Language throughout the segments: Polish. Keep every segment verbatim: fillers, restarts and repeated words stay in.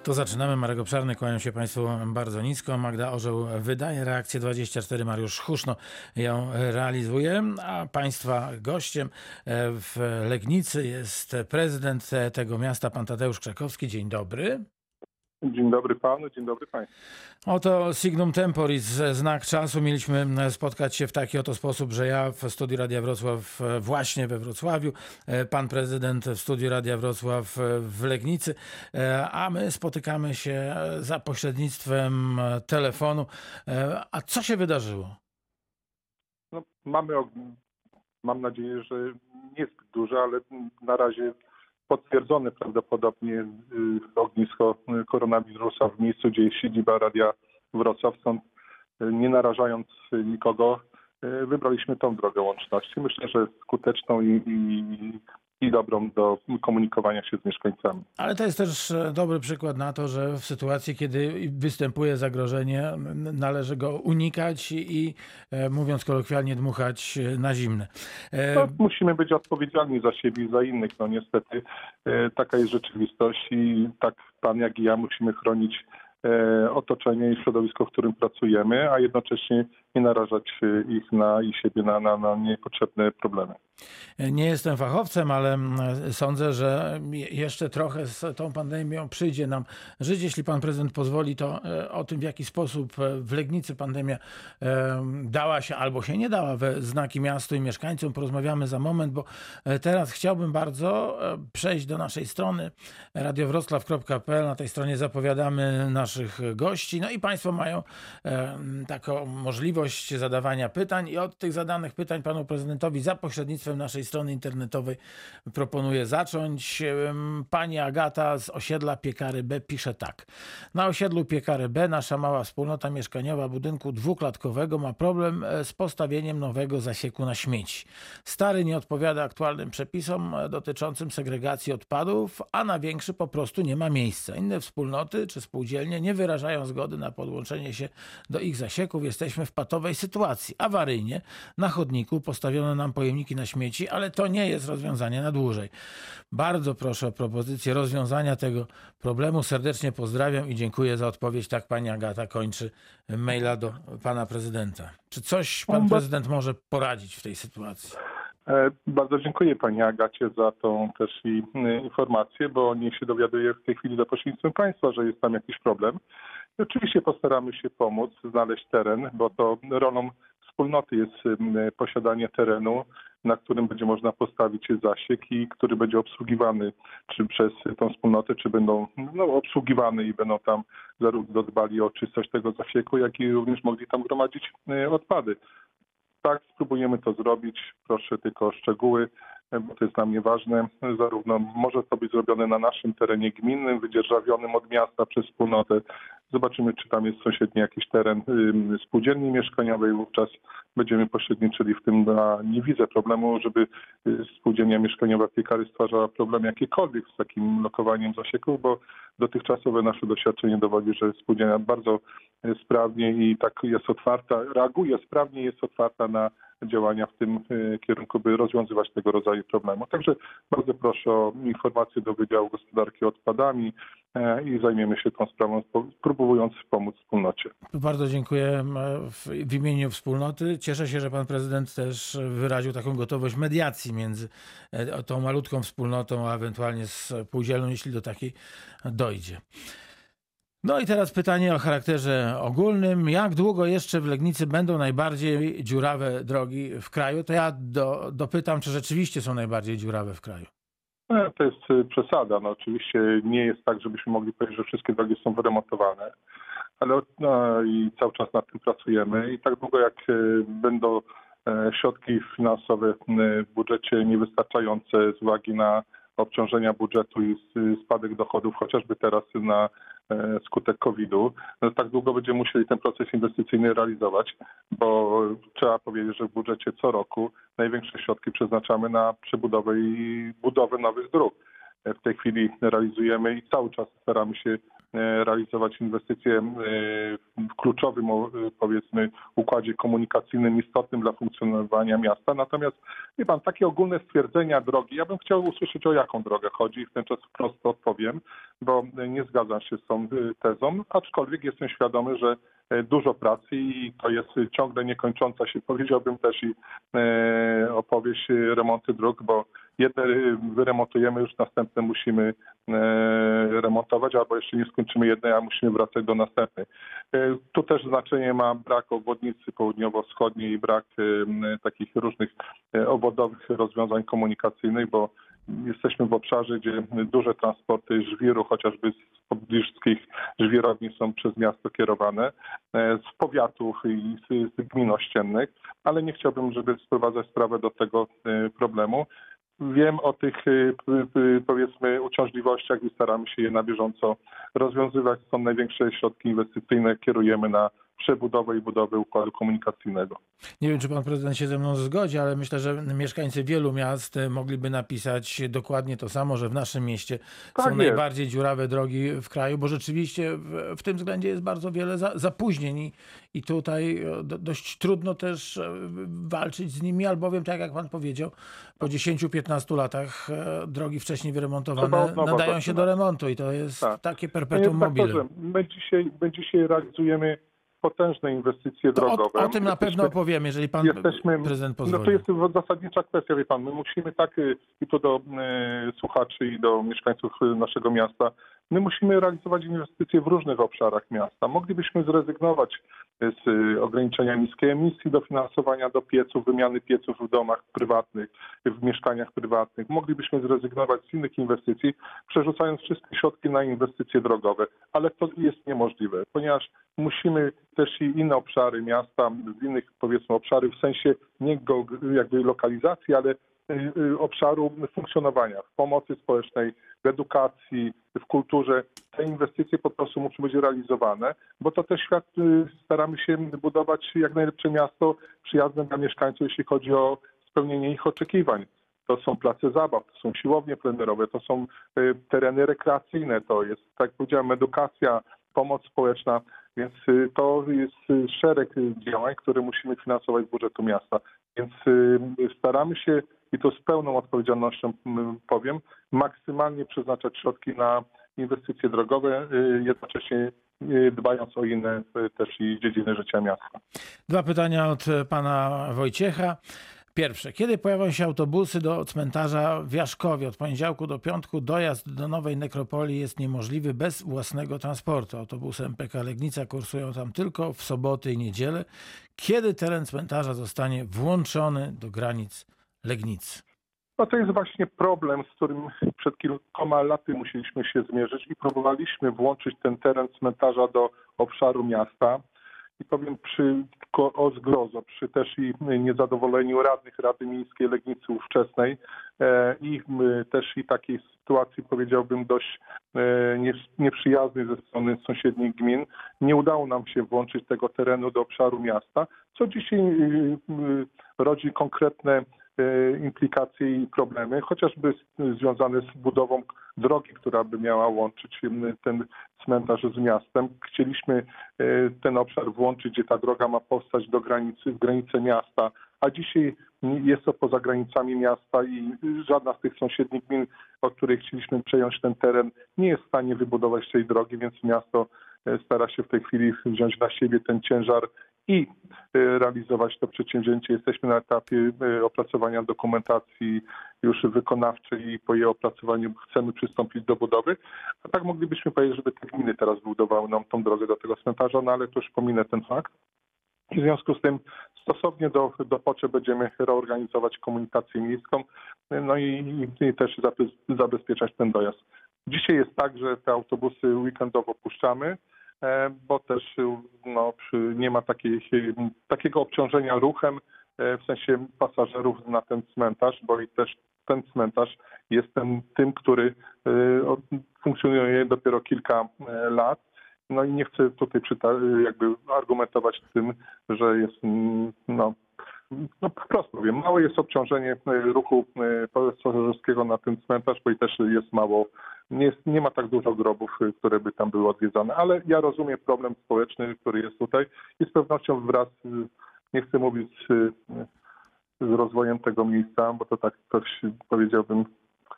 To zaczynamy. Marek Obszarny, kłaniam się Państwu bardzo nisko. Magda Orzeł wydaje reakcję dwadzieścia cztery. Mariusz Huszno ją realizuje, a Państwa gościem w Legnicy jest prezydent tego miasta, pan Tadeusz Krzakowski. Dzień dobry. Dzień dobry panu, dzień dobry państwu. Oto Signum Temporis, znak czasu. Mieliśmy spotkać się w taki oto sposób, że ja w studiu Radia Wrocław właśnie we Wrocławiu, pan prezydent w studiu Radia Wrocław w Legnicy, a my spotykamy się za pośrednictwem telefonu. A co się wydarzyło? No, mamy, mam nadzieję, że niezbyt duże, ale na razie potwierdzone prawdopodobnie ognisko koronawirusa w miejscu, gdzie jest siedziba Radia Wrocław. Stąd, nie narażając nikogo, wybraliśmy tą drogę łączności. Myślę, że skuteczną i, i, i dobrą do komunikowania się z mieszkańcami. Ale to jest też dobry przykład na to, że w sytuacji, kiedy występuje zagrożenie, należy go unikać i, mówiąc kolokwialnie, dmuchać na zimne. No, musimy być odpowiedzialni za siebie i za innych. No niestety taka jest rzeczywistość i tak pan jak i ja musimy chronić otoczenie i środowisko, w którym pracujemy, a jednocześnie nie narażać ich na i siebie na, na, na niepotrzebne problemy. Nie jestem fachowcem, ale sądzę, że jeszcze trochę z tą pandemią przyjdzie nam żyć. Jeśli pan prezydent pozwoli, to o tym, w jaki sposób w Legnicy pandemia dała się albo się nie dała we znaki miastu i mieszkańcom, porozmawiamy za moment, bo teraz chciałbym bardzo przejść do naszej strony radiowroclaw kropka p l. Na tej stronie zapowiadamy naszych gości, no i państwo mają taką możliwość zadawania pytań i od tych zadanych pytań panu prezydentowi za pośrednictwem naszej strony internetowej proponuję zacząć. Pani Agata z osiedla Piekary B pisze tak. Na osiedlu Piekary B nasza mała wspólnota mieszkaniowa budynku dwuklatkowego ma problem z postawieniem nowego zasieku na śmieci. Stary nie odpowiada aktualnym przepisom dotyczącym segregacji odpadów, a na większy po prostu nie ma miejsca. Inne wspólnoty czy spółdzielnie nie wyrażają zgody na podłączenie się do ich zasieków. Jesteśmy w patowej sytuacji. Awaryjnie na chodniku postawiono nam pojemniki na śmieci, ale to nie jest rozwiązanie na dłużej. Bardzo proszę o propozycję rozwiązania tego problemu. Serdecznie pozdrawiam i dziękuję za odpowiedź. Tak pani Agata kończy maila do pana prezydenta. Czy coś pan prezydent może poradzić w tej sytuacji? Bardzo dziękuję pani Agacie za tą też i informację, bo nie się dowiaduję w tej chwili za pośrednictwem państwa, że jest tam jakiś problem. I oczywiście postaramy się pomóc, znaleźć teren, bo to rolą wspólnoty jest posiadanie terenu, na którym będzie można postawić zasiek i który będzie obsługiwany czy przez tą wspólnotę, czy będą no, obsługiwany i będą tam zarówno dbali o czystość tego zasieku, jak i również mogli tam gromadzić odpady. Tak, spróbujemy to zrobić. Proszę tylko o szczegóły, bo to jest dla mnie ważne. Zarówno może to być zrobione na naszym terenie gminnym, wydzierżawionym od miasta przez wspólnotę. Zobaczymy, czy tam jest sąsiedni jakiś teren spółdzielni mieszkaniowej. Wówczas będziemy pośredniczyli w tym. A nie widzę problemu, żeby spółdzielnia mieszkaniowa Piekary stwarzała problem jakiekolwiek z takim lokowaniem zasieków, bo dotychczasowe nasze doświadczenie dowodzi, że spółdzielnia bardzo sprawnie i tak jest otwarta, reaguje sprawnie i jest otwarta na działania w tym kierunku, by rozwiązywać tego rodzaju problemy. Także bardzo proszę o informacje do Wydziału Gospodarki Odpadami i zajmiemy się tą sprawą, próbując pomóc wspólnocie. Bardzo dziękuję w imieniu wspólnoty. Cieszę się, że pan prezydent też wyraził taką gotowość mediacji między tą malutką wspólnotą, a ewentualnie spółdzielną, jeśli do takiej dojdzie. No i teraz pytanie o charakterze ogólnym. Jak długo jeszcze w Legnicy będą najbardziej dziurawe drogi w kraju? To ja do, dopytam, czy rzeczywiście są najbardziej dziurawe w kraju. No, to jest przesada. No, oczywiście nie jest tak, żebyśmy mogli powiedzieć, że wszystkie drogi są wyremontowane, ale no, i cały czas nad tym pracujemy i tak długo jak będą środki finansowe w budżecie niewystarczające z uwagi na obciążenia budżetu i spadek dochodów, chociażby teraz na skutek kowida, no tak długo będziemy musieli ten proces inwestycyjny realizować, bo trzeba powiedzieć, że w budżecie co roku największe środki przeznaczamy na przebudowę i budowę nowych dróg. W tej chwili realizujemy i cały czas staramy się realizować inwestycje w kluczowym, powiedzmy, układzie komunikacyjnym istotnym dla funkcjonowania miasta. Natomiast, wie pan, takie ogólne stwierdzenia drogi, ja bym chciał usłyszeć, o jaką drogę chodzi i w ten czas wprost odpowiem, bo nie zgadzam się z tą tezą, aczkolwiek jestem świadomy, że dużo pracy i to jest ciągle niekończąca się, powiedziałbym też i opowieść remonty dróg, bo jedne wyremontujemy, już następne musimy remontować, albo jeszcze nie skończymy jednej, a musimy wracać do następnej. Tu też znaczenie ma brak obwodnicy południowo-wschodniej i brak takich różnych obwodowych rozwiązań komunikacyjnych, bo jesteśmy w obszarze, gdzie duże transporty żwiru, chociażby z pobliskich żwirowni są przez miasto kierowane, z powiatów i z gmin ościennych, ale nie chciałbym, żeby sprowadzać sprawę do tego problemu. Wiem o tych, powiedzmy, uciążliwościach i staramy się je na bieżąco rozwiązywać. Są największe środki inwestycyjne, kierujemy na przebudowę i budowę układu komunikacyjnego. Nie wiem, czy pan prezydent się ze mną zgodzi, ale myślę, że mieszkańcy wielu miast mogliby napisać dokładnie to samo, że w naszym mieście Tak są jest. najbardziej dziurawe drogi w kraju, bo rzeczywiście w, w tym względzie jest bardzo wiele za, zapóźnień i, i tutaj do, dość trudno też walczyć z nimi, albowiem, tak jak pan powiedział, po dziesięciu piętnastu latach drogi wcześniej wyremontowane nadają się do remontu i to jest tak. takie perpetuum mobile. My dzisiaj, my dzisiaj realizujemy potężne inwestycje to drogowe. O, o tym na jesteśmy, pewno opowiem, jeżeli pan jesteśmy, prezydent pozwoli. No to jest zasadnicza kwestia, wie pan, my musimy tak, i to do e, słuchaczy i do mieszkańców naszego miasta, my musimy realizować inwestycje w różnych obszarach miasta. Moglibyśmy zrezygnować z ograniczenia niskiej emisji, dofinansowania do pieców, wymiany pieców w domach prywatnych, w mieszkaniach prywatnych. Moglibyśmy zrezygnować z innych inwestycji, przerzucając wszystkie środki na inwestycje drogowe, ale to jest niemożliwe, ponieważ musimy też i inne obszary miasta, z innych, powiedzmy, obszarów, w sensie nie go, jakby lokalizacji, ale obszaru funkcjonowania, w pomocy społecznej, w edukacji, w kulturze. Te inwestycje po prostu muszą być realizowane, bo to też świat, staramy się budować jak najlepsze miasto przyjazne dla mieszkańców, jeśli chodzi o spełnienie ich oczekiwań. To są place zabaw, to są siłownie plenerowe, to są tereny rekreacyjne, to jest, tak jak powiedziałem, edukacja, pomoc społeczna, więc to jest szereg działań, które musimy finansować z budżetu miasta. Więc staramy się, i to z pełną odpowiedzialnością powiem, maksymalnie przeznaczać środki na inwestycje drogowe, jednocześnie dbając o inne też i dziedziny życia miasta. Dwa pytania od pana Wojciecha. Pierwsze. Kiedy pojawią się autobusy do cmentarza w Jaszkowie? Od poniedziałku do piątku dojazd do Nowej Nekropolii jest niemożliwy bez własnego transportu. Autobusy M P K Legnica kursują tam tylko w soboty i niedzielę. Kiedy teren cmentarza zostanie włączony do granic Legnicy? No to jest właśnie problem, z którym przed kilkoma laty musieliśmy się zmierzyć i próbowaliśmy włączyć ten teren cmentarza do obszaru miasta. I powiem przy, o zgrozo, przy też i niezadowoleniu radnych Rady Miejskiej Legnicy ówczesnej e, i e, też i takiej sytuacji, powiedziałbym, dość e, nie, nieprzyjaznej ze strony sąsiednich gmin, nie udało nam się włączyć tego terenu do obszaru miasta, co dzisiaj e, e, rodzi konkretne implikacje i problemy, chociażby związane z budową drogi, która by miała łączyć ten cmentarz z miastem. Chcieliśmy ten obszar włączyć, gdzie ta droga ma powstać do granicy, w granice miasta, a dzisiaj jest to poza granicami miasta i żadna z tych sąsiednich gmin, od których chcieliśmy przejąć ten teren, nie jest w stanie wybudować tej drogi, więc miasto stara się w tej chwili wziąć na siebie ten ciężar i realizować to przedsięwzięcie. Jesteśmy na etapie opracowania dokumentacji już wykonawczej i po jej opracowaniu chcemy przystąpić do budowy. A tak moglibyśmy powiedzieć, żeby te gminy teraz budowały nam tą drogę do tego cmentarza, no ale to już pominę ten fakt. I w związku z tym stosownie do, do potrzeb będziemy reorganizować komunikację miejską, no i, i też zabezpieczać ten dojazd. Dzisiaj jest tak, że te autobusy weekendowo puszczamy, bo też no, nie ma takiej, takiego obciążenia ruchem, w sensie pasażerów na ten cmentarz, bo i też ten cmentarz jest ten, tym, który funkcjonuje dopiero kilka lat. No i nie chcę tutaj jakby argumentować tym, że jest no, no po prostu wiem, małe jest obciążenie ruchu pasażerskiego na ten cmentarz, bo i też jest mało nie, jest, nie ma tak dużo grobów, które by tam były odwiedzane, ale ja rozumiem problem społeczny, który jest tutaj i z pewnością wraz, nie chcę mówić z rozwojem tego miejsca, bo to tak coś powiedziałbym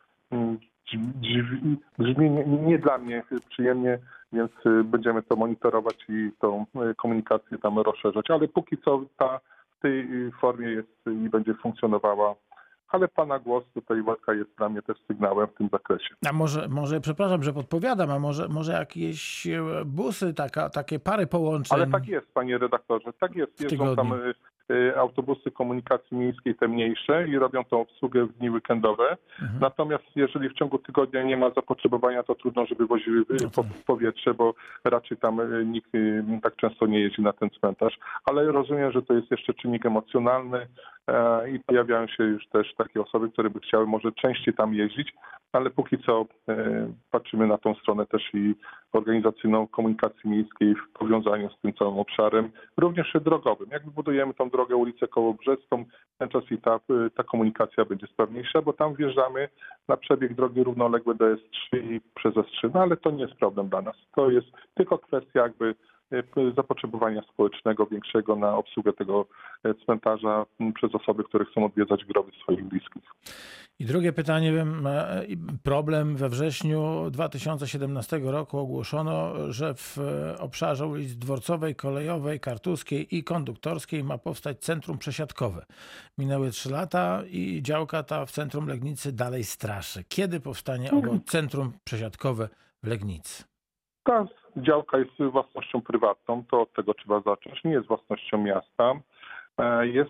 brzmi, brzmi nie, nie dla mnie przyjemnie, więc będziemy to monitorować i tą komunikację tam rozszerzać, ale póki co ta w tej formie jest i będzie funkcjonowała. Ale pana głos tutaj, Władka, jest dla mnie też sygnałem w tym zakresie. A może, może przepraszam, że podpowiadam, a może, może jakieś busy, taka, takie pary połączeń? Ale tak jest, panie redaktorze, tak jest. Jeżdżą tam autobusy komunikacji miejskiej, te mniejsze, i robią tą obsługę w dni weekendowe. Mhm. Natomiast jeżeli w ciągu tygodnia nie ma zapotrzebowania, to trudno, żeby woziły no to... powietrze, bo raczej tam nikt tak często nie jeździ na ten cmentarz. Ale rozumiem, że to jest jeszcze czynnik emocjonalny i pojawiają się już też takie osoby, które by chciały może częściej tam jeździć, ale póki co patrzymy na tą stronę też i organizacyjną komunikacji miejskiej w powiązaniu z tym całym obszarem, również drogowym. Jak wybudujemy tą drogę ulicę Kołobrzeską, ten czas i ta, ta komunikacja będzie sprawniejsza, bo tam wjeżdżamy na przebieg drogi równoległe do S trzy i przez S trzy, no ale to nie jest problem dla nas. To jest tylko kwestia jakby zapotrzebowania społecznego większego na obsługę tego cmentarza przez osoby, które chcą odwiedzać groby swoich bliskich. I drugie pytanie, problem we wrześniu dwa tysiące siedemnastego roku ogłoszono, że w obszarze ulic Dworcowej, Kolejowej, Kartuskiej i Konduktorskiej ma powstać centrum przesiadkowe. Minęły trzy lata i działka ta w centrum Legnicy dalej straszy. Kiedy powstanie owo centrum przesiadkowe w Legnicy? Ta działka jest własnością prywatną, to od tego trzeba zacząć. Nie jest własnością miasta. Jest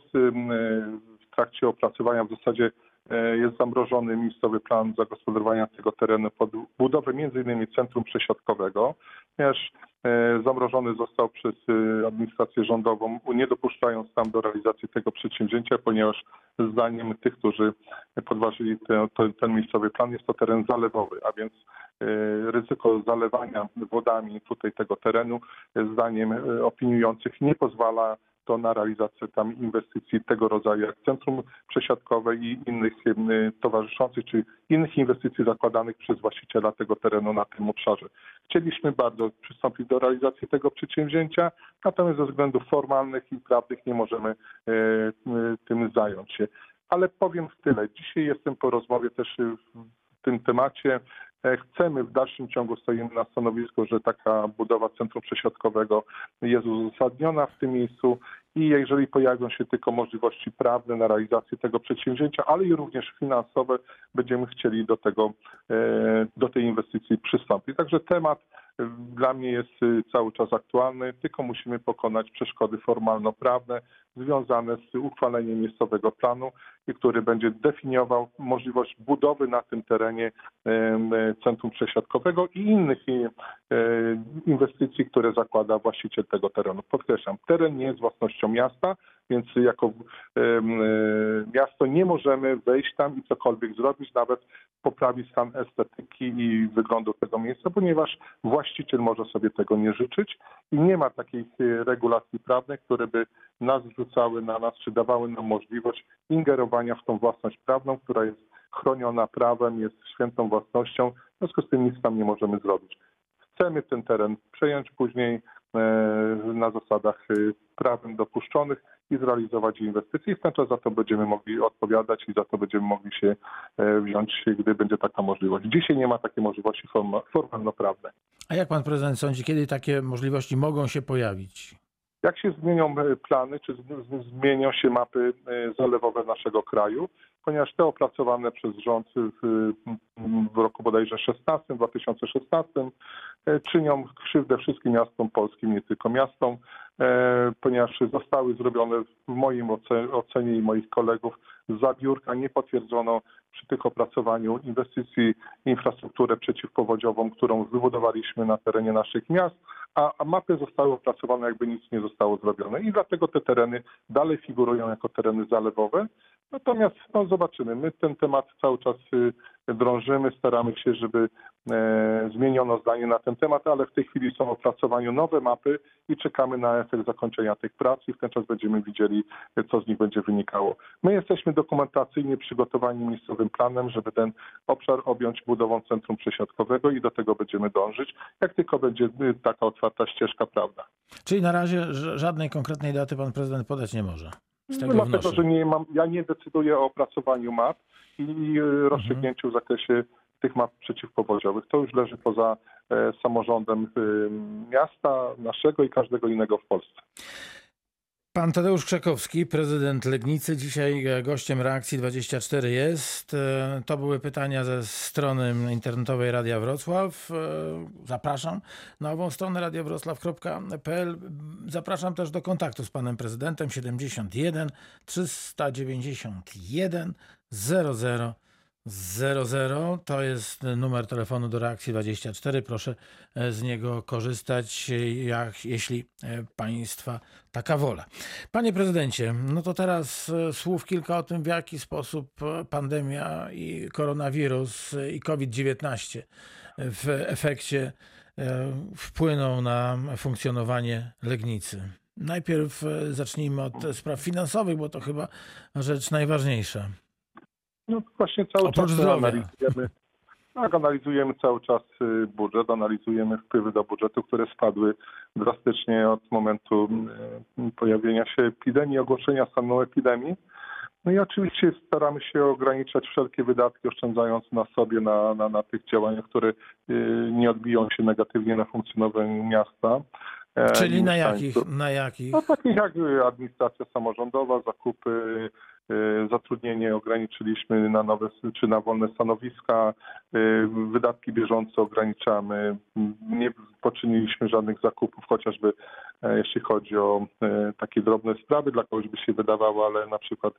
w trakcie opracowania, w zasadzie jest zamrożony miejscowy plan zagospodarowania tego terenu pod budowę między innymi centrum przesiadkowego, ponieważ zamrożony został przez administrację rządową, nie dopuszczając tam do realizacji tego przedsięwzięcia, ponieważ zdaniem tych, którzy podważyli ten, ten miejscowy plan, jest to teren zalewowy, a więc ryzyko zalewania wodami tutaj tego terenu, zdaniem opiniujących, nie pozwala to na realizację tam inwestycji tego rodzaju jak centrum przesiadkowe i innych towarzyszących, czy innych inwestycji zakładanych przez właściciela tego terenu na tym obszarze. Chcieliśmy bardzo przystąpić do realizacji tego przedsięwzięcia, natomiast ze względów formalnych i prawnych nie możemy tym zająć się. Ale powiem w tyle. Dzisiaj jestem po rozmowie też w tym temacie. Chcemy, w dalszym ciągu stoimy na stanowisku, że taka budowa centrum przesiadkowego jest uzasadniona w tym miejscu i jeżeli pojawią się tylko możliwości prawne na realizację tego przedsięwzięcia, ale i również finansowe, będziemy chcieli do tego, do tej inwestycji przystąpić. Także temat dla mnie jest cały czas aktualny, tylko musimy pokonać przeszkody formalno-prawne związane z uchwaleniem miejscowego planu, który będzie definiował możliwość budowy na tym terenie centrum przesiadkowego i innych inwestycji, które zakłada właściciel tego terenu. Podkreślam, teren nie jest własnością miasta, więc jako miasto nie możemy wejść tam i cokolwiek zrobić, nawet poprawić stan estetyki i wyglądu tego miejsca, ponieważ właściciel może sobie tego nie życzyć i nie ma takich regulacji prawnych, które by nas rzucały na nas, czy dawały nam możliwość ingerowania w tą własność prawną, która jest chroniona prawem, jest świętą własnością, w związku z tym nic tam nie możemy zrobić. Chcemy ten teren przejąć później na zasadach prawem dopuszczonych i zrealizować inwestycje i w ten czas za to będziemy mogli odpowiadać i za to będziemy mogli się wziąć, gdy będzie taka możliwość. Dzisiaj nie ma takiej możliwości formalno-prawnej. A jak pan prezydent sądzi, kiedy takie możliwości mogą się pojawić? Jak się zmienią plany, czy zmienią się mapy zalewowe naszego kraju, ponieważ te opracowane przez rząd w, w roku bodajże szesnastym, dwa tysiące szesnastym czynią krzywdę wszystkim miastom polskim, nie tylko miastom, ponieważ zostały zrobione w moim ocenie i moich kolegów za biurka, nie potwierdzono przy tych opracowaniu inwestycji w infrastrukturę przeciwpowodziową, którą wybudowaliśmy na terenie naszych miast, a, a mapy zostały opracowane, jakby nic nie zostało zrobione i dlatego te tereny dalej figurują jako tereny zalewowe. Natomiast no, zobaczymy. My ten temat cały czas drążymy, staramy się, żeby e, zmieniono zdanie na ten temat, ale w tej chwili są w opracowaniu nowe mapy i czekamy na efekt zakończenia tych prac i w ten czas będziemy widzieli, co z nich będzie wynikało. My jesteśmy dokumentacyjnie przygotowani miejscowym planem, żeby ten obszar objąć budową centrum przesiadkowego i do tego będziemy dążyć, jak tylko będzie taka otwarta ścieżka prawna. Czyli na razie żadnej konkretnej daty pan prezydent podać nie może. Z tego Dlatego, wnoszę. że nie mam, ja nie decyduję o opracowaniu map i rozstrzygnięciu w zakresie tych map przeciwpowodziowych. To już leży poza e, samorządem e, miasta, naszego i każdego innego w Polsce. Pan Tadeusz Krzakowski, prezydent Legnicy, dzisiaj gościem Reakcji dwadzieścia cztery jest. To były pytania ze strony internetowej Radia Wrocław. Zapraszam na ową stronę radio wrocław kropka p l. Zapraszam też do kontaktu z panem prezydentem siedemdziesiąt jeden trzysta dziewięćdziesiąt jeden zero zero zero zero. To jest numer telefonu do Reakcji dwadzieścia cztery. Proszę z niego korzystać, jak, jeśli państwa taka wola. Panie prezydencie, no to teraz słów kilka o tym, w jaki sposób pandemia i koronawirus i COVID dziewiętnaście w efekcie wpłyną na funkcjonowanie Legnicy. Najpierw zacznijmy od spraw finansowych, bo to chyba rzecz najważniejsza. No właśnie cały Oprócz czas zdrowia. analizujemy, tak, analizujemy cały czas budżet, analizujemy wpływy do budżetu, które spadły drastycznie od momentu pojawienia się epidemii, ogłoszenia stanu epidemii. No i oczywiście staramy się ograniczać wszelkie wydatki, oszczędzając na sobie, na, na, na tych działaniach, które nie odbiją się negatywnie na funkcjonowaniu miasta. Czyli na jakich, na jakich? No takich jak administracja samorządowa, zakupy, zatrudnienie ograniczyliśmy na nowe czy na wolne stanowiska, wydatki bieżące ograniczamy, nie poczyniliśmy żadnych zakupów, chociażby jeśli chodzi o takie drobne sprawy, dla kogoś by się wydawało, ale na przykład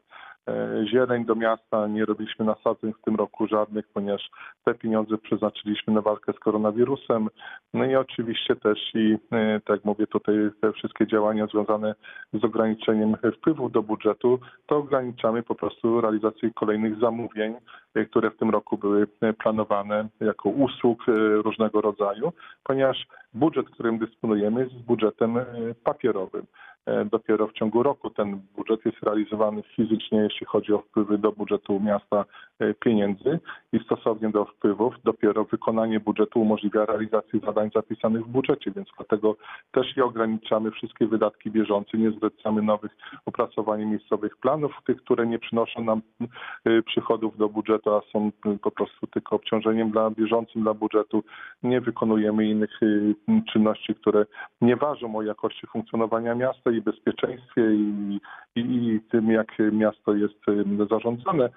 zieleń do miasta, nie robiliśmy nasadzeń w tym roku żadnych, ponieważ te pieniądze przeznaczyliśmy na walkę z koronawirusem. No i oczywiście też i, tak jak mówię, tutaj te wszystkie działania związane z ograniczeniem wpływów do budżetu, to ograniczamy po prostu realizację kolejnych zamówień, które w tym roku były planowane jako usług różnego rodzaju, ponieważ budżet, którym dysponujemy, jest budżetem papierowym. Dopiero w ciągu roku ten budżet jest realizowany fizycznie, jeśli chodzi o wpływy do budżetu miasta pieniędzy i stosownie do wpływów dopiero wykonanie budżetu umożliwia realizację zadań zapisanych w budżecie, więc dlatego też i ograniczamy wszystkie wydatki bieżące, nie zlecamy nowych opracowań miejscowych planów, tych, które nie przynoszą nam przychodów do budżetu, a są po prostu tylko obciążeniem dla bieżącym dla budżetu. Nie wykonujemy innych czynności, które nie ważą o jakości funkcjonowania miasta i bezpieczeństwie i, i, i tym, jak miasto jest zarządzane,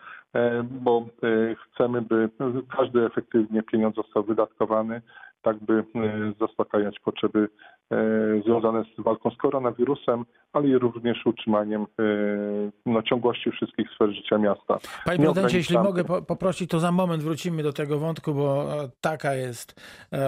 bo chcemy, by każdy efektywnie pieniądz został wydatkowany, tak by zaspokajać potrzeby związane z walką z koronawirusem, ale i również utrzymaniem no, ciągłości wszystkich sfer życia miasta. Panie prezydencie, jeśli mogę poprosić, to za moment wrócimy do tego wątku, bo taka jest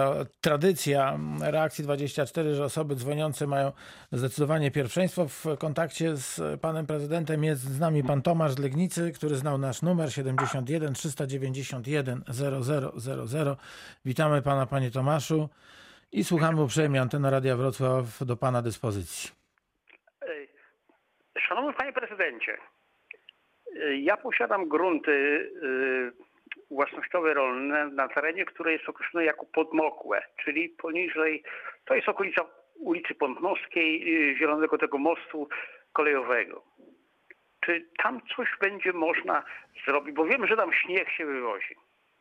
tradycja Reakcji dwadzieścia cztery, że osoby dzwoniące mają zdecydowanie pierwszeństwo. W kontakcie z panem prezydentem jest z nami pan Tomasz z Legnicy, który znał nasz numer siedemdziesiąt jeden trzysta dziewięćdziesiąt jeden zero zero zero zero. Witamy pana, panie Tomaszu. I słuchamy uprzejmie, antena Radia Wrocław do pana dyspozycji. Szanowny panie prezydencie, ja posiadam grunty własnościowe rolne na terenie, które jest określone jako podmokłe, czyli poniżej, to jest okolica ulicy Pątnowskiej, Zielonego tego mostu kolejowego. Czy tam coś będzie można zrobić? Bo wiem, że tam śnieg się wywozi.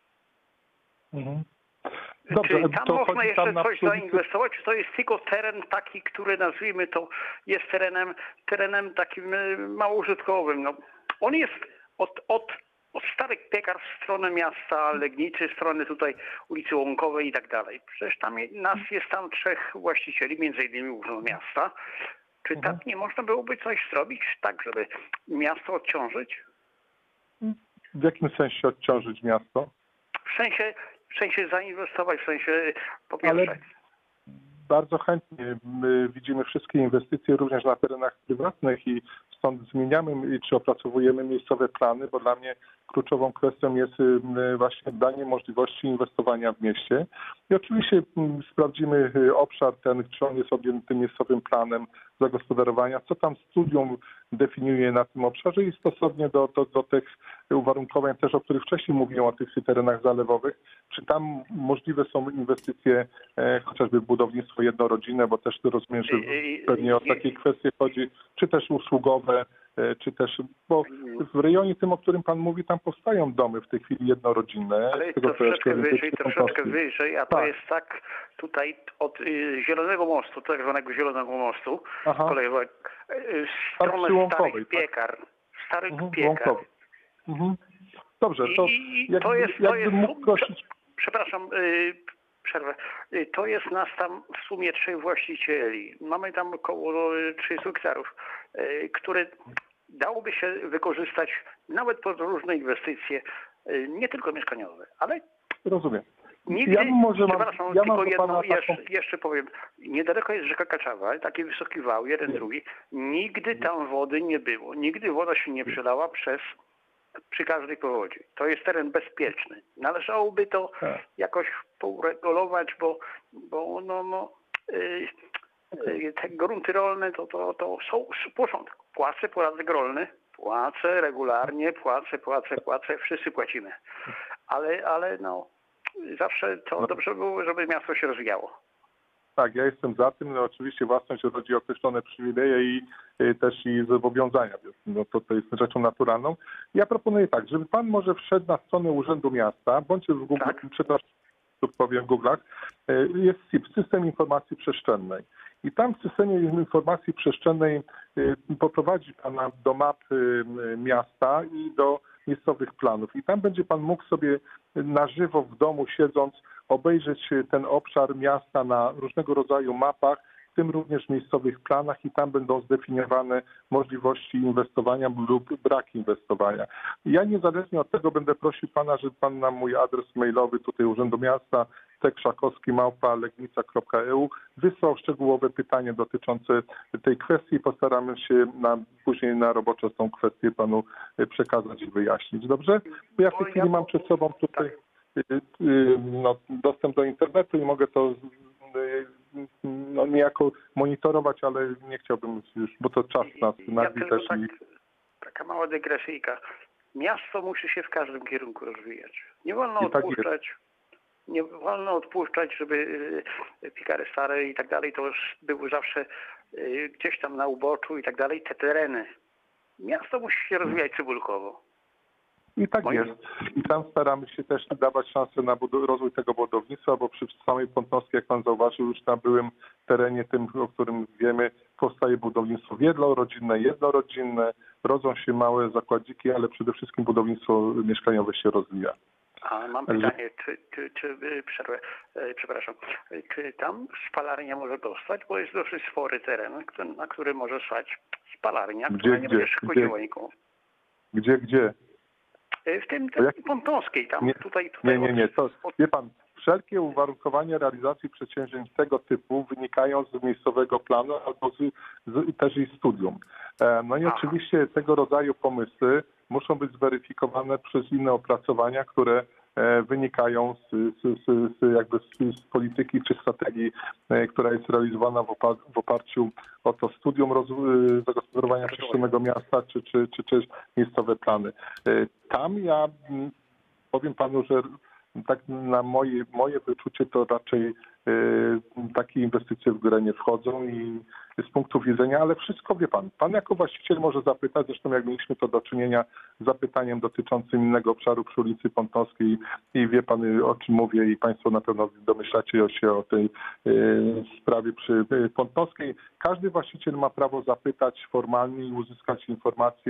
Mhm. Dobrze, czy tam można jeszcze tam coś zainwestować, czy to jest tylko teren taki, który nazwijmy to jest terenem, terenem takim maloużytkowym. No, on jest od, od, od Starych Piekar w stronę miasta Legnicy, w stronę tutaj ulicy Łąkowej i tak dalej. Przecież tam nas jest tam trzech właścicieli, między innymi Urząd Miasta. Czy tam nie można byłoby coś zrobić tak, żeby miasto odciążyć? W jakim sensie odciążyć miasto? W sensie W sensie zainwestować, w sensie po pierwsze. Ale bardzo chętnie my widzimy wszystkie inwestycje również na terenach prywatnych i stąd zmieniamy czy opracowujemy miejscowe plany, bo dla mnie kluczową kwestią jest właśnie danie możliwości inwestowania w mieście. I oczywiście sprawdzimy obszar ten, czy on jest objęty miejscowym planem zagospodarowania, co tam studium definiuje na tym obszarze i stosownie do, do, do tych uwarunkowań też, o których wcześniej mówiłem, o tych terenach zalewowych, czy tam możliwe są inwestycje, e, chociażby budownictwo jednorodzinne, bo też rozumiem, że pewnie o takie kwestie chodzi, czy też usługowe, e, czy też, bo w rejonie tym, o którym pan mówi, tam powstają domy w tej chwili jednorodzinne. Ale tego, troszeczkę wyżej, troszeczkę wyżej, a to tak. jest tak tutaj od y, Zielonego Mostu, tak zwanego Zielonego Mostu, kolejowej, y, w stronę starych piekar, starych mhm, piekar. Mhm. Dobrze, to, I, jakby, to jest, to jest mógł prosić... Przepraszam, y, przerwę. Y, to jest nas tam w sumie trzech właścicieli. Mamy tam około trzydziestu hektarów, y, które dałoby się wykorzystać nawet pod różne inwestycje, y, nie tylko mieszkaniowe, ale... Rozumiem. Nigdy, ja może przepraszam, mam, ja tylko mam jedno, jeszcze, taką... jeszcze powiem. Niedaleko jest rzeka Kaczawa, taki wysoki wał, jeden, nie. drugi. Nigdy tam wody nie było. Nigdy woda się nie przelała przez, przy każdej powodzie. To jest teren bezpieczny. Należałoby to tak. jakoś pouregulować, bo, bo no, no, yy, yy, te grunty rolne to, to, to są porządek. Płacę podatek rolny, płacę regularnie, płacę, płacę, płacę, wszyscy płacimy. Ale, ale no... Zawsze to no. dobrze było, żeby miasto się rozwijało. Tak, ja jestem za tym. No, oczywiście własność rodzi określone przywileje i y, też i zobowiązania. No, to, to jest rzeczą naturalną. Ja proponuję tak, żeby pan może wszedł na stronę Urzędu Miasta, bądź w Google, tak. przepraszam, powiem w Google'ach, y, jest S I P, System Informacji Przestrzennej. I tam w systemie informacji przestrzennej y, poprowadzi pana do map y, miasta i do miejscowych planów. I tam będzie pan mógł sobie na żywo w domu siedząc obejrzeć ten obszar miasta na różnego rodzaju mapach, w tym również miejscowych planach i tam będą zdefiniowane możliwości inwestowania lub brak inwestowania. Ja niezależnie od tego będę prosił pana, żeby pan na mój adres mailowy tutaj Urzędu Miasta tekrzakowski małpa legnica kropka e u wysłał szczegółowe pytanie dotyczące tej kwestii. Postaramy się na, później na roboczo tą kwestię panu przekazać i wyjaśnić. Dobrze? Bo ja w tej chwili mam przed sobą tutaj no, dostęp do internetu i mogę to no, niejako monitorować, ale nie chciałbym już, bo to czas nas nagli ja też. Tak, i... Taka mała dygresyjka. Miasto musi się w każdym kierunku rozwijać. Nie wolno I odpuszczać. Tak nie wolno odpuszczać, żeby piekary stare i tak dalej, to już były zawsze gdzieś tam na uboczu i tak dalej, te tereny. Miasto musi się rozwijać cybulkowo. I tak Moim... jest. I tam staramy się też dawać szansę na bud- rozwój tego budownictwa, bo przy samej Pątnowskiej, jak pan zauważył, już na byłym terenie, tym, o którym wiemy, powstaje budownictwo jednorodzinne, jednorodzinne, rodzą się małe zakładziki, ale przede wszystkim budownictwo mieszkaniowe się rozwija. A mam pytanie, czy, czy, czy przerwę, przepraszam, czy tam spalarnia może dostać, bo jest dosyć spory teren, na który może stać spalarnia, gdzie, która nie gdzie, będzie szkodziła nikomu. Gdzie, gdzie? W tym, tym jak... Pątnowskiej, tam, nie, tutaj, tutaj. Nie, nie, nie, to, wie pan, wszelkie uwarunkowania realizacji przedsięwzięć tego typu wynikają z miejscowego planu albo z, z, też i studium. No i Aha. oczywiście tego rodzaju pomysły muszą być zweryfikowane przez inne opracowania, które wynikają z, z, z, z, jakby z, z polityki czy strategii, która jest realizowana w, opar w oparciu o to studium rozwoju, zagospodarowania przestrzennego miasta czy, czy, czy, czy miejscowe plany. Tam ja powiem panu, że tak na moje, moje wyczucie to raczej y, takie inwestycje w grę nie wchodzą i z punktu widzenia, ale wszystko wie pan. Pan jako właściciel może zapytać, zresztą jak mieliśmy to do czynienia z zapytaniem dotyczącym innego obszaru przy ulicy Pątnowskiej i wie pan o czym mówię i państwo na pewno domyślacie się o tej y, sprawie przy Pątnowskiej. Każdy właściciel ma prawo zapytać formalnie i uzyskać informacje,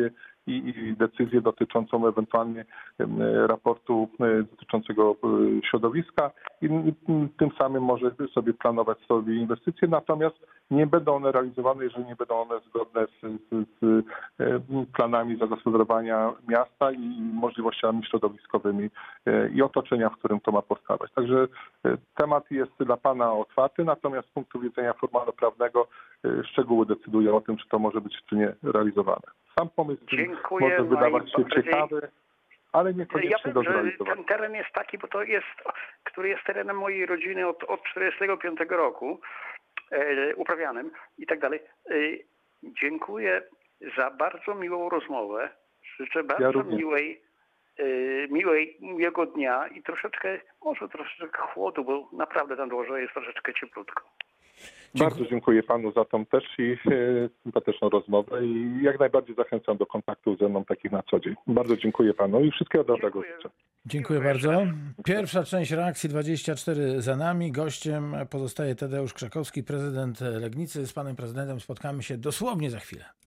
i, i decyzję dotyczącą ewentualnie raportu dotyczącego środowiska i tym samym może sobie planować sobie inwestycje, natomiast nie będą one realizowane, jeżeli nie będą one zgodne z, z, z planami zagospodarowania miasta i możliwościami środowiskowymi i otoczenia, w którym to ma powstawać. Także temat jest dla Pana otwarty, natomiast z punktu widzenia formalno-prawnego szczegóły decydują o tym, czy to może być, czy nie realizowane. Sam pomysł Dziękuję, może wydawać się bardziej... ciekawy, ale niekoniecznie ja do wiem, że zrealizowania. ten teren jest taki, bo to jest, który jest terenem mojej rodziny od, od czterdziestego piątego roku, e, uprawianym i tak dalej. E, dziękuję za bardzo miłą rozmowę. Życzę bardzo Ja miłej, e, miłej, miłego dnia i troszeczkę, może troszeczkę chłodu, bo naprawdę tam dłużej jest troszeczkę cieplutko. Bardzo dziękuję Panu za tą też i e, sympatyczną rozmowę i jak najbardziej zachęcam do kontaktu ze mną takich na co dzień. Bardzo dziękuję Panu i wszystkiego dobrego Dziękuję. życzę. Dziękuję bardzo. Pierwsza część reakcji dwadzieścia cztery za nami. Gościem pozostaje Tadeusz Krzakowski, prezydent Legnicy. Z panem prezydentem spotkamy się dosłownie za chwilę.